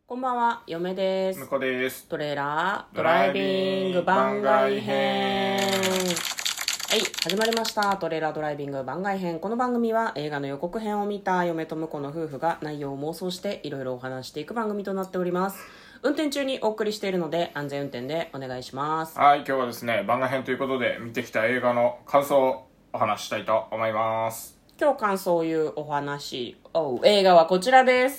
こんばんは、嫁です。 向こうです。 トレーラードライビング番外編。はい、始まりました。トレーラードライビング番外編。この番組は映画の予告編を見た嫁と婿の夫婦が内容を妄想していろいろお話していく番組となっております。運転中にお送りしているので安全運転でお願いします。 はい、今日はですね、番外編ということで見てきた映画の感想をお話ししたいと思います。 今日感想を言うお話、映画はこちらです。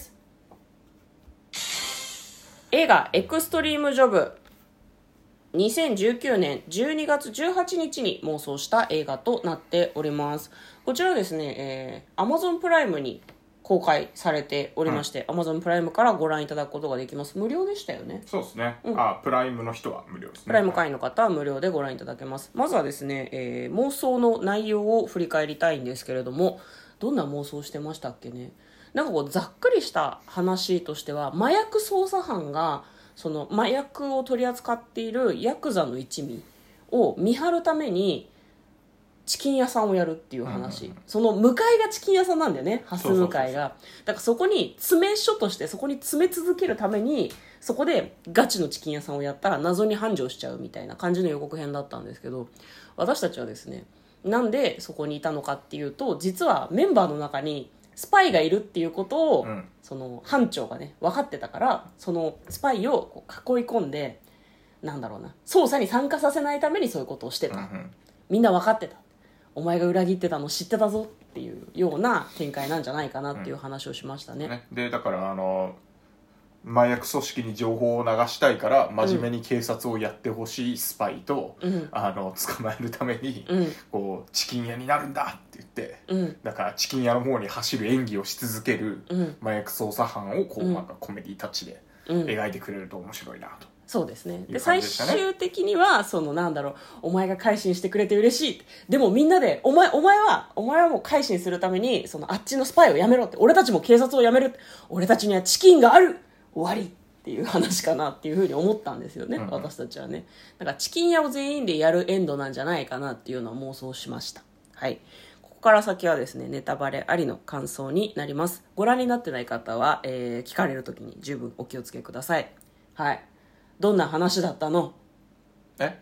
映画エクストリームジョブ、2019年12月18日に妄想した映画となっております。こちらですね、Amazon プライムに公開されておりまして、Amazon プライムからご覧いただくことができます。無料でしたよね。 そうですね、プライムの人は無料ですね。 プライム会員の方は無料でご覧いただけます。まずはですね、妄想の内容を振り返りたいんですけれども、どんな妄想してましたっけね。なんかこうざっくりした話としては、麻薬捜査班がその麻薬を取り扱っているヤクザの一味を見張るためにチキン屋さんをやるっていう話、その向かいがチキン屋さんなんだよね、ハス向かいが。だからそこに詰め所としてそこに詰め続けるために、そこでガチのチキン屋さんをやったら謎に繁盛しちゃうみたいな感じの予告編だったんですけど、私たちはですね、なんでそこにいたのかっていうと、実はメンバーの中にスパイがいるっていうことを、その班長がね分かってたから、そのスパイをこう囲い込んで、なんだろうな、捜査に参加させないためにそういうことをしてた、みんな分かってた、お前が裏切ってたの知ってたぞっていうような展開なんじゃないかなっていう話をしましたね。 でだから麻薬組織に情報を流したいから真面目に警察をやってほしいスパイと、捕まえるために、こうチキン屋になるんだって言って、だからチキン屋の方に走る演技をし続ける麻薬捜査班をこう、なんかコメディタッチで描いてくれると面白いなと。 そうですね。で、最終的には、そのなんだろう、お前が改心してくれて嬉しい。でもみんなで、お前はもう改心するために、そのあっちのスパイをやめろって、俺たちも警察をやめる。俺たちにはチキンがある。終わりっていう話かなっていうふうに思ったんですよね、私たちはね。だからチキン屋を全員でやるエンドなんじゃないかなっていうのを妄想しました。はい。ここから先はですね、ネタバレありの感想になります。ご覧になってない方は、聞かれるときに十分お気をつけください。はい。どんな話だったの？ で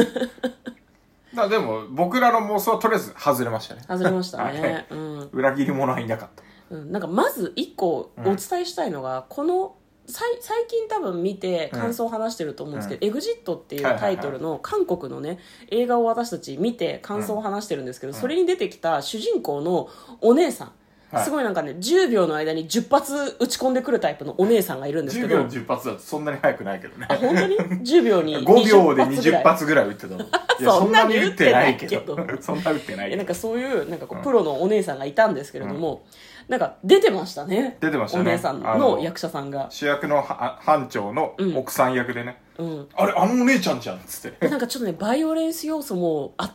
も僕らの妄想はとりあえず外れましたね。 外れましたね。 裏切り者はいなかった。 なんかまず一個お伝えしたいのが、この最近多分見て感想を話してると思うんですけど、エグジットっていうタイトルの韓国のね映画を私たち見て感想を話してるんですけど、それに出てきた主人公のお姉さん、すごいなんかね10秒の間に10発撃ち込んでくるタイプのお姉さんがいるんですけど、 10秒10発だとそんなに速くないけどね。 本当に10秒に 5秒で20発ぐらい撃ってたの。いやそんなに撃ってないけどそんな撃ってないけど、 なんかそういうなんかこうプロのお姉さんがいたんですけれども、なんか出てましたね。 出てましたね。 お姉さんの役者さんが主役の班長の奥さん役でね、あれあのお姉ちゃんじゃんっつって。 なんかちょっとねバイオレンス要素もあって、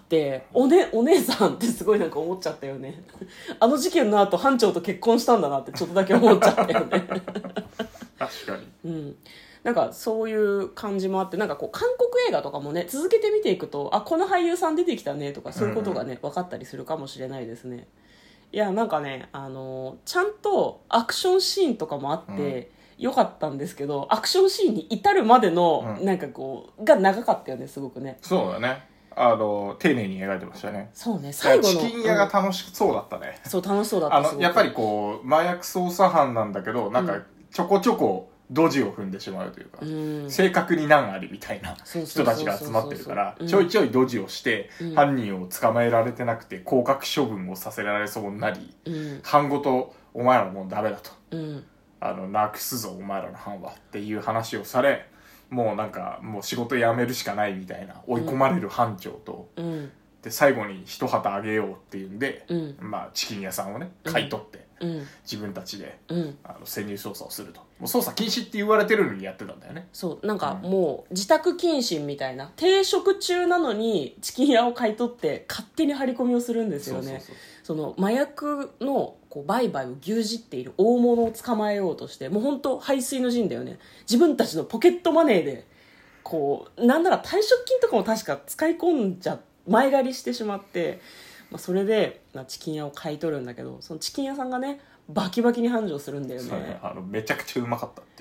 お姉さんってすごいなんか思っちゃったよね。あの事件の後班長と結婚したんだなってちょっとだけ思っちゃったよね。 確かに。 なんかそういう感じもあって、なんかこう韓国映画とかもね続けて見ていくと、あ、この俳優さん出てきたねとか、そういうことがね分かったりするかもしれないですね。いやなんかね、ちゃんとアクションシーンとかもあって、よかったんですけど、アクションシーンに至るまでの、なんかこうが長かったよね、すごくね。 そうだね。丁寧に描いてましたね。 そうね、最後のチキン屋が楽しそうだったね。 そう、楽しそうだった。 やっぱりこう麻薬捜査班なんだけど、なんかちょこちょこドジを踏んでしまうというか、正確に難ありみたいな人たちが集まってるから、ちょいちょいドジをして、犯人を捕まえられてなくて降格処分をさせられそうになり、班ごとお前らもうダメだと、なくすぞお前らの班はっていう話をされ、もうなんかもう仕事辞めるしかないみたいな追い込まれる班長と、で最後に一旗あげようっていうんで、チキン屋さんをね買い取って、自分たちで、潜入捜査をすると。もう捜査禁止って言われてるのにやってたんだよね。 そうなんかもう自宅謹慎みたいな、定職中なのにチキン屋を買い取って勝手に張り込みをするんですよね。その麻薬のこう売買を牛耳っている大物を捕まえようとして、もう本当背水の陣だよね。自分たちのポケットマネーでこうなんなら退職金とかも確か使い込んじゃ前借りしてしまって、それでチキン屋を買い取るんだけど、そのチキン屋さんがねバキバキに繁盛するんだよね。 めちゃくちゃうまかったっていうね。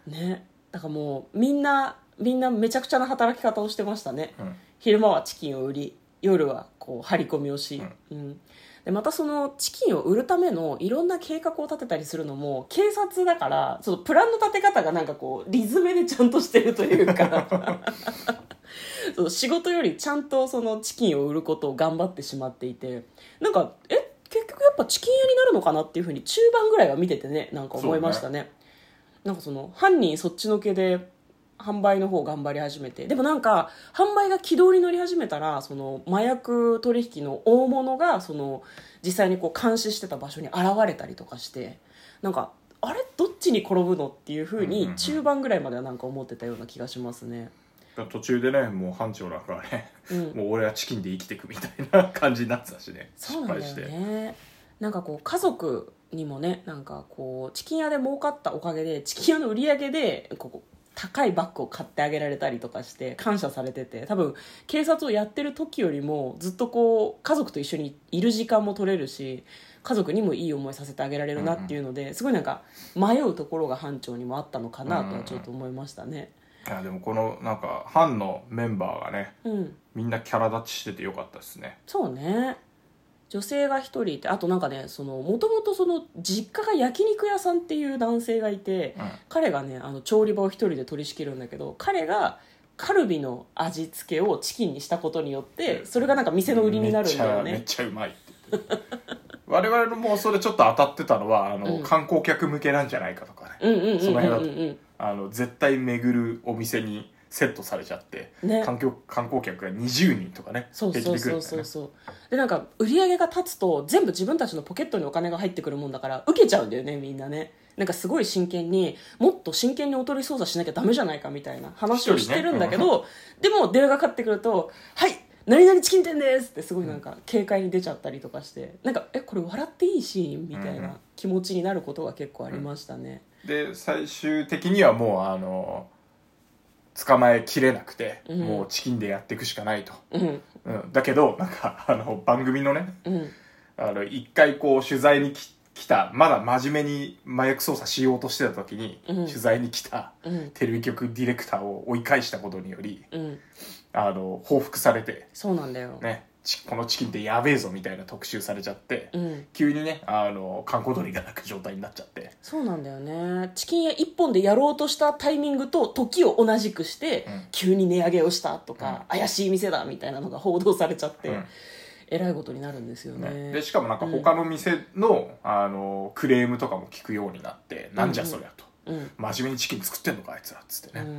ね、だからもうみんなめちゃくちゃな働き方をしてましたね、昼間はチキンを売り、夜はこう張り込みをし、でまたそのチキンを売るためのいろんな計画を立てたりするのも警察だから、そのプランの立て方がなんかこうリズムでちゃんとしてるというかそう仕事よりちゃんとそのチキンを売ることを頑張ってしまっていて、なんか結局やっぱチキン屋になるのかなっていうふうに中盤ぐらいは見ててね、なんか思いましたね。なんかその犯人そっちのけで販売の方を頑張り始めて、でもなんか販売が軌道に乗り始めたら、その麻薬取引の大物がその実際にこう監視してた場所に現れたりとかして、なんかあれどっちに転ぶのっていう風に中盤ぐらいまではなんか思ってたような気がしますね。 途中でね、もう班長なんかはね、もう俺はチキンで生きていくみたいな感じになってたしね、 そうなんだよね。なんかこう家族にもね、なんかこうチキン屋で儲かったおかげでチキン屋の売り上げでこう高いバッグを買ってあげられたりとかして感謝されてて、多分警察をやってる時よりもずっとこう家族と一緒にいる時間も取れるし、家族にもいい思いさせてあげられるなっていうので、すごいなんか迷うところが班長にもあったのかなとはちょっと思いましたね。 いやでもこのなんか班のメンバーがね、みんなキャラ立ちしててよかったですね。 そうね、女性が一人いて、あとなんかね、そのもともとその実家が焼肉屋さんっていう男性がいて、彼がね調理場を一人で取り仕切るんだけど、彼がカルビの味付けをチキンにしたことによってそれがなんか店の売りになるんだよね。 めっちゃうまいって我々のもうそれちょっと当たってたのは観光客向けなんじゃないかとかね、その辺だと絶対巡るお店にセットされちゃって、ね、観光客が20人とかね、 そうでなんか売り上げが立つと全部自分たちのポケットにお金が入ってくるもんだから受けちゃうんだよね、みんなね。なんかすごい真剣に、もっと真剣におとり捜査しなきゃダメじゃないかみたいな話をしてるんだけど、でも電話がかかってくるとはい何々チキン店ですってすごいなんか軽快に出ちゃったりとかして、なんかこれ笑っていいシーンみたいな気持ちになることが結構ありましたね。 で最終的にはもう捕まえきれなくて、もうチキンでやっていくしかないと、だけどなんか番組のね、一回こう取材に来た、まだ真面目に麻薬捜査しようとしてた時に、取材に来たテレビ局ディレクターを追い返したことにより、報復されて、 そうなんだよね、このチキンってやべえぞみたいな特集されちゃって、急にね閑古鳥が鳴く状態になっちゃって。 そうなんだよね。チキン屋一本でやろうとしたタイミングと時を同じくして、急に値上げをしたとか、怪しい店だみたいなのが報道されちゃって、えらいことになるんですよね。 でしかもなんか他の店の、クレームとかも聞くようになって、なんじゃそりゃと、真面目にチキン作ってんのかあいつらっつってね、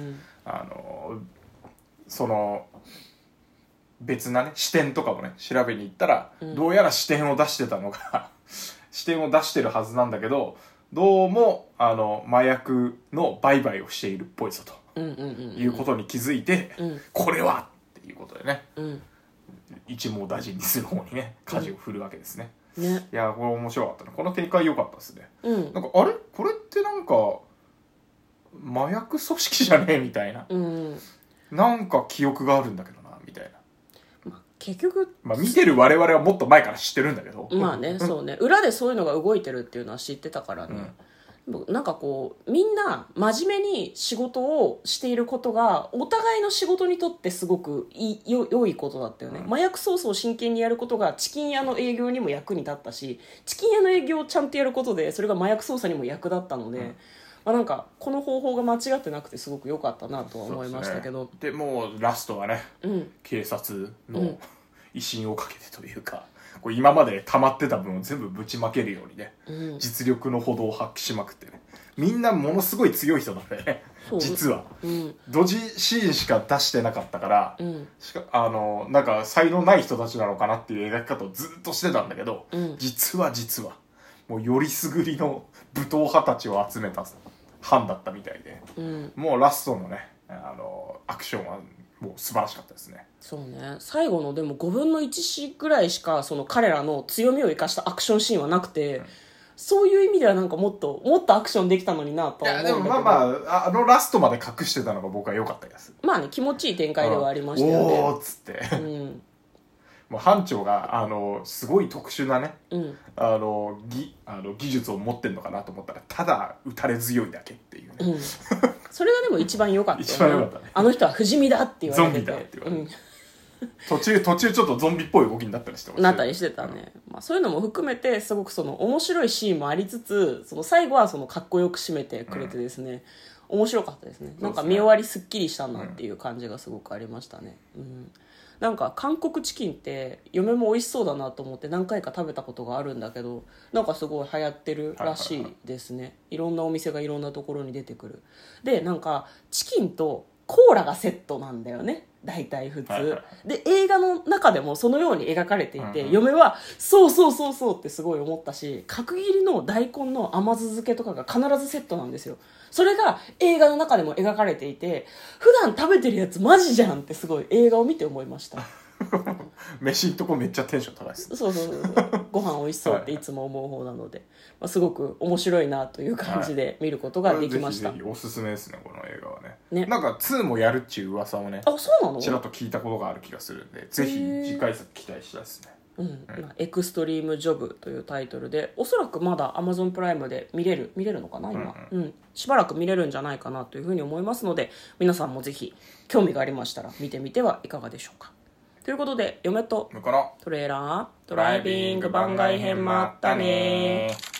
その別なね支店とかもね調べに行ったら、どうやら支店を出してたのが支店を出してるはずなんだけど、どうも麻薬の売買をしているっぽいぞと、いうことに気づいて、これはっていうことでね、一網打尽にする方にね舵を振るわけですね。いやこれ面白かったね、この展開良かったですね。なんかあれこれってなんか麻薬組織じゃねえみたいな、なんか記憶があるんだけどなみたいな。 結局、 見てる我々はもっと前から知ってるんだけど、 まあね、そうね、裏でそういうのが動いてるっていうのは知ってたからね、なんかこうみんな真面目に仕事をしていることがお互いの仕事にとってすごく良いことだったよね。麻薬捜査を真剣にやることがチキン屋の営業にも役に立ったし、チキン屋の営業をちゃんとやることでそれが麻薬捜査にも役立ったので、なんかこの方法が間違ってなくてすごく良かったなとは思いましたけど、 でもうラストはね、警察の威信をかけてというか、こう今まで溜まってた分を全部ぶちまけるようにね、実力のほどを発揮しまくってね、みんなものすごい強い人だったよね実は、ドジシーンしか出してなかったから、なんか才能ない人たちなのかなっていう描き方をずっとしてたんだけど、実はもうよりすぐりの武闘派たちを集めた班だったみたいで、もうラストのねアクションはもう素晴らしかったですね。 そうね、最後のでも5分の1ぐらいしかその彼らの強みを生かしたアクションシーンはなくて、そういう意味ではなんかもっとアクションできたのになとは思うんだけど。 いやでもラストまで隠してたのが僕は良かったです。 まあね、気持ちいい展開ではありましたよね。 おーっつって、もう班長がすごい特殊なね、技術を持ってんのかなと思ったらただ打たれ強いだけっていうね、 それがでも一番良かったよね。 一番良かったね。 あの人は不死身だって言われてて、 ゾンビだって言われて、途中ちょっとゾンビっぽい動きになったりしてましたなったりしてたね、まあ、そういうのも含めてすごくその面白いシーンもありつつ、その最後はそのかっこよく締めてくれてですね、面白かったですね。なんか見終わりすっきりしたなっていう感じがすごくありましたね、なんか韓国チキンって嫁も美味しそうだなと思って何回か食べたことがあるんだけど、なんかすごい流行ってるらしいですね、いろんなお店がいろんなところに出てくる。でなんかチキンとコーラがセットなんだよね大体普通、で映画の中でもそのように描かれていて、嫁はそうそうそうそうってすごい思ったし、角切りの大根の甘酢漬けとかが必ずセットなんですよ。それが映画の中でも描かれていて、普段食べてるやつマジじゃんってすごい映画を見て思いました飯んとこめっちゃテンション高いです。 そうそうそうそう、ご飯美味しそうっていつも思う方なので、まあ、すごく面白いなという感じで見ることができました、 ぜひぜひおすすめですねこの映画はね。なんか2もやるっちゅう噂をね、 あ、そうなの？ ちらっと聞いたことがある気がするんで、ぜひ次回作期待したいですね。 エクストリームジョブというタイトルで、おそらくまだ Amazon プライムで見れるのかな今、しばらく見れるんじゃないかなというふうに思いますので、皆さんもぜひ興味がありましたら見てみてはいかがでしょうか。ということで、嫁とトレーラードライビング番外編もあったね。